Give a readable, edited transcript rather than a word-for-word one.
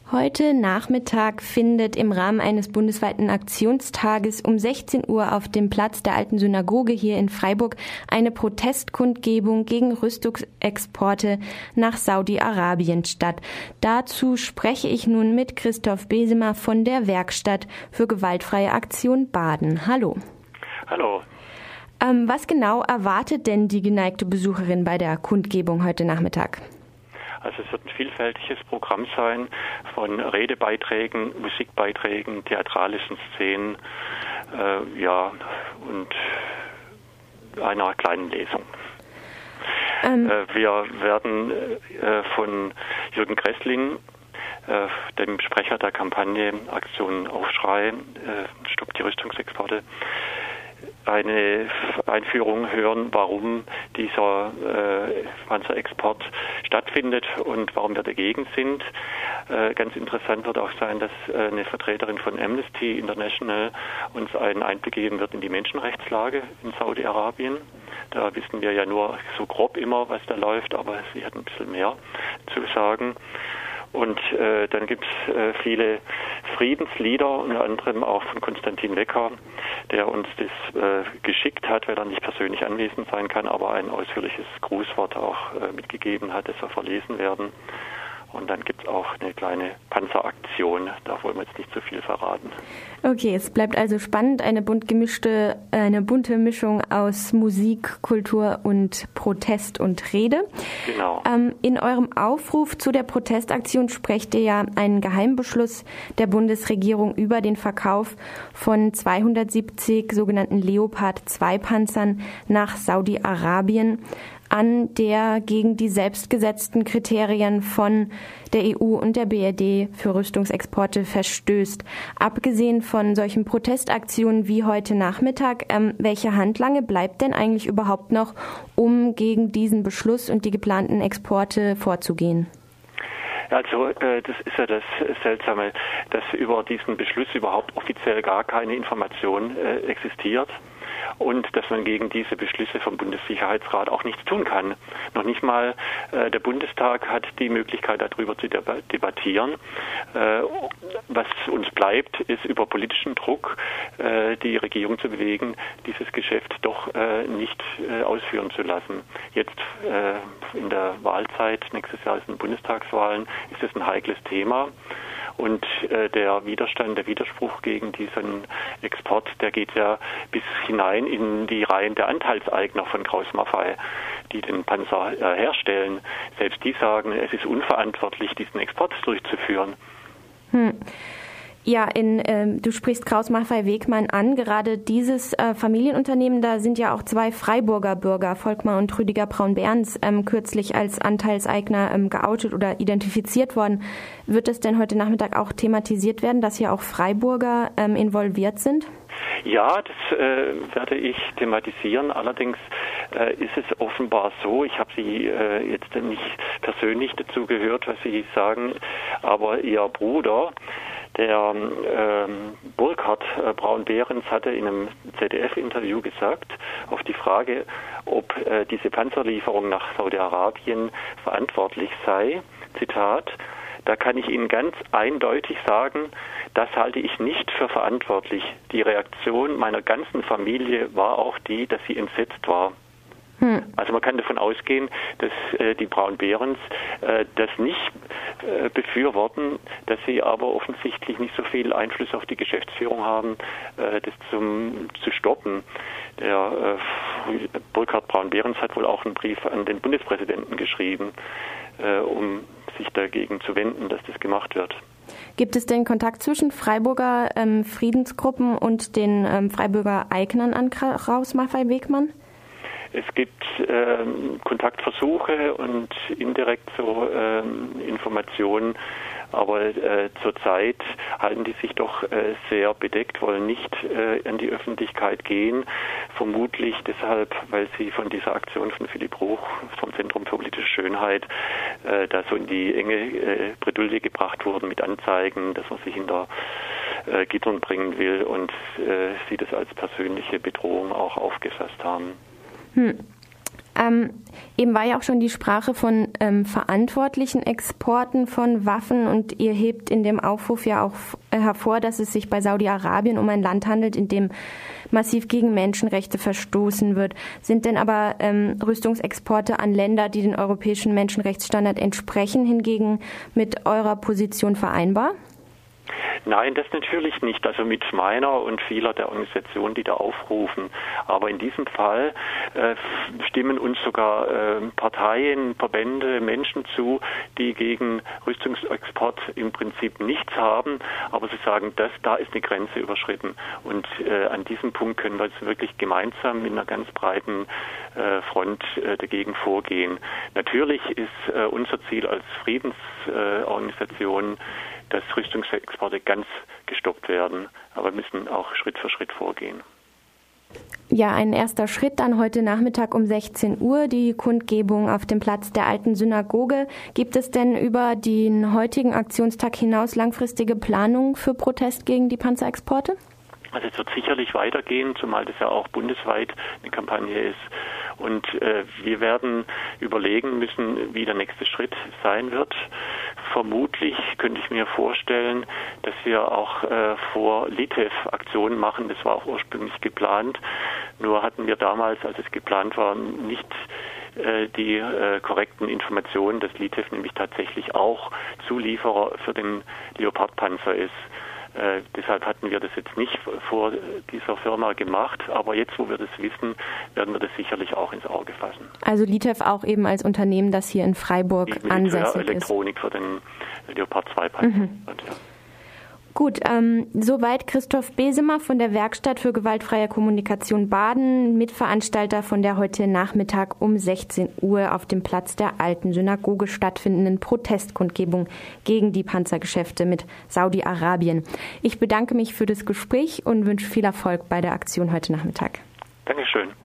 Heute Nachmittag findet im Rahmen eines bundesweiten Aktionstages um 16 Uhr auf dem Platz der Alten Synagoge hier in Freiburg eine Protestkundgebung gegen Rüstungsexporte nach Saudi-Arabien statt. Dazu spreche ich nun mit Christoph Besemer von der Werkstatt für gewaltfreie Aktion Baden. Hallo. Hallo. Was genau erwartet denn die geneigte Besucherin bei der Kundgebung heute Nachmittag? Also es wird ein vielfältiges Programm sein von Redebeiträgen, Musikbeiträgen, theatralischen Szenen, und einer kleinen Lesung. Wir werden von Jürgen Kressling, dem Sprecher der Kampagne Aktion Aufschrei, Stoppt die Rüstungsexporte, eine Einführung hören, warum dieser Panzerexport stattfindet und warum wir dagegen sind. Ganz interessant wird auch sein, dass eine Vertreterin von Amnesty International uns einen Einblick geben wird in die Menschenrechtslage in Saudi-Arabien. Da wissen wir ja nur so grob immer, was da läuft, aber sie hat ein bisschen mehr zu sagen. Und dann gibt es viele Friedenslieder, unter anderem auch von Konstantin Wecker, der uns das geschickt hat, weil er nicht persönlich anwesend sein kann, aber ein ausführliches Grußwort auch mitgegeben hat, das soll verlesen werden. Und dann gibt es auch eine kleine Panzeraktion, da wollen wir jetzt nicht zu viel verraten. Okay, es bleibt also spannend, eine bunte Mischung aus Musik, Kultur und Protest und Rede. Genau. In eurem Aufruf zu der Protestaktion sprecht ihr ja einen Geheimbeschluss der Bundesregierung über den Verkauf von 270 sogenannten Leopard 2 Panzern nach Saudi-Arabien an, der gegen die selbstgesetzten Kriterien von der EU und der BRD für Rüstungsexporte verstößt. Abgesehen von solchen Protestaktionen wie heute Nachmittag, welche Handlange bleibt denn eigentlich überhaupt noch, um gegen diesen Beschluss und die geplanten Exporte vorzugehen? Also das ist ja das Seltsame, dass über diesen Beschluss überhaupt offiziell gar keine Information existiert. Und dass man gegen diese Beschlüsse vom Bundessicherheitsrat auch nichts tun kann. Noch nicht mal der Bundestag hat die Möglichkeit, darüber zu debattieren. Was uns bleibt, ist über politischen Druck die Regierung zu bewegen, dieses Geschäft doch nicht ausführen zu lassen. Jetzt in der Wahlzeit, nächstes Jahr sind Bundestagswahlen, ist es ein heikles Thema. Und der Widerspruch gegen diesen Export, der geht ja bis hinein in die Reihen der Anteilseigner von Krauss-Maffei, die den Panzer herstellen. Selbst die sagen, es ist unverantwortlich, diesen Export durchzuführen. Ja, du sprichst Krauss-Maffei-Wegmann an. Gerade dieses Familienunternehmen, da sind ja auch zwei Freiburger Bürger, Volkmar und Rüdiger Braun-Behrens, kürzlich als Anteilseigner geoutet oder identifiziert worden. Wird es denn heute Nachmittag auch thematisiert werden, dass hier auch Freiburger involviert sind? Ja, das werde ich thematisieren. Allerdings ist es offenbar so, ich habe Sie jetzt nicht persönlich dazu gehört, was Sie sagen, aber Ihr Bruder, der Burkhard Braun-Behrens, hatte in einem ZDF-Interview gesagt, auf die Frage, ob diese Panzerlieferung nach Saudi-Arabien verantwortlich sei, Zitat, da kann ich Ihnen ganz eindeutig sagen, das halte ich nicht für verantwortlich. Die Reaktion meiner ganzen Familie war auch die, dass sie entsetzt war. Also man kann davon ausgehen, dass die Braun-Behrens das nicht befürworten, dass sie aber offensichtlich nicht so viel Einfluss auf die Geschäftsführung haben, das zu stoppen. Der Burkhard Braun-Behrens hat wohl auch einen Brief an den Bundespräsidenten geschrieben, um sich dagegen zu wenden, dass das gemacht wird. Gibt es denn Kontakt zwischen Freiburger Friedensgruppen und den Freiburger Eignern an Krauss-Maffei-Wegmann? Es gibt Kontaktversuche und indirekt so Informationen, aber zurzeit halten die sich doch sehr bedeckt, wollen nicht an die Öffentlichkeit gehen. Vermutlich deshalb, weil sie von dieser Aktion von Philipp Ruch vom Zentrum für politische Schönheit da so in die enge Bredouille gebracht wurden mit Anzeigen, dass man sich hinter Gittern bringen will und sie das als persönliche Bedrohung auch aufgefasst haben. Eben war ja auch schon die Sprache von verantwortlichen Exporten von Waffen und ihr hebt in dem Aufruf ja auch hervor, dass es sich bei Saudi-Arabien um ein Land handelt, in dem massiv gegen Menschenrechte verstoßen wird. Sind denn aber Rüstungsexporte an Länder, die den europäischen Menschenrechtsstandard entsprechen, hingegen mit eurer Position vereinbar? Nein, das natürlich nicht. Also mit meiner und vieler der Organisationen, die da aufrufen. Aber in diesem Fall stimmen uns sogar Parteien, Verbände, Menschen zu, die gegen Rüstungsexport im Prinzip nichts haben. Aber sie sagen, da ist eine Grenze überschritten. Und an diesem Punkt können wir jetzt wirklich gemeinsam mit einer ganz breiten Front dagegen vorgehen. Natürlich ist unser Ziel als Friedensorganisation, dass Rüstungsexporte ganz gestoppt werden. Aber wir müssen auch Schritt für Schritt vorgehen. Ja, ein erster Schritt dann heute Nachmittag um 16 Uhr, die Kundgebung auf dem Platz der Alten Synagoge. Gibt es denn über den heutigen Aktionstag hinaus langfristige Planungen für Protest gegen die Panzerexporte? Also es wird sicherlich weitergehen, zumal das ja auch bundesweit eine Kampagne ist. Und wir werden überlegen müssen, wie der nächste Schritt sein wird. Vermutlich könnte ich mir vorstellen, dass wir auch vor Litev Aktionen machen. Das war auch ursprünglich geplant. Nur hatten wir damals, als es geplant war, nicht die korrekten Informationen, dass Litev nämlich tatsächlich auch Zulieferer für den Leopardpanzer ist. Deshalb hatten wir das jetzt nicht vor dieser Firma gemacht, aber jetzt, wo wir das wissen, werden wir das sicherlich auch ins Auge fassen. Also Litev auch eben als Unternehmen, das hier in Freiburg ansässig ist. Elektronik für den Leopard 2 Panzer. Ja. Gut, soweit Christoph Besemer von der Werkstatt für gewaltfreie Kommunikation Baden, Mitveranstalter von der heute Nachmittag um 16 Uhr auf dem Platz der Alten Synagoge stattfindenden Protestkundgebung gegen die Panzergeschäfte mit Saudi-Arabien. Ich bedanke mich für das Gespräch und wünsche viel Erfolg bei der Aktion heute Nachmittag. Dankeschön.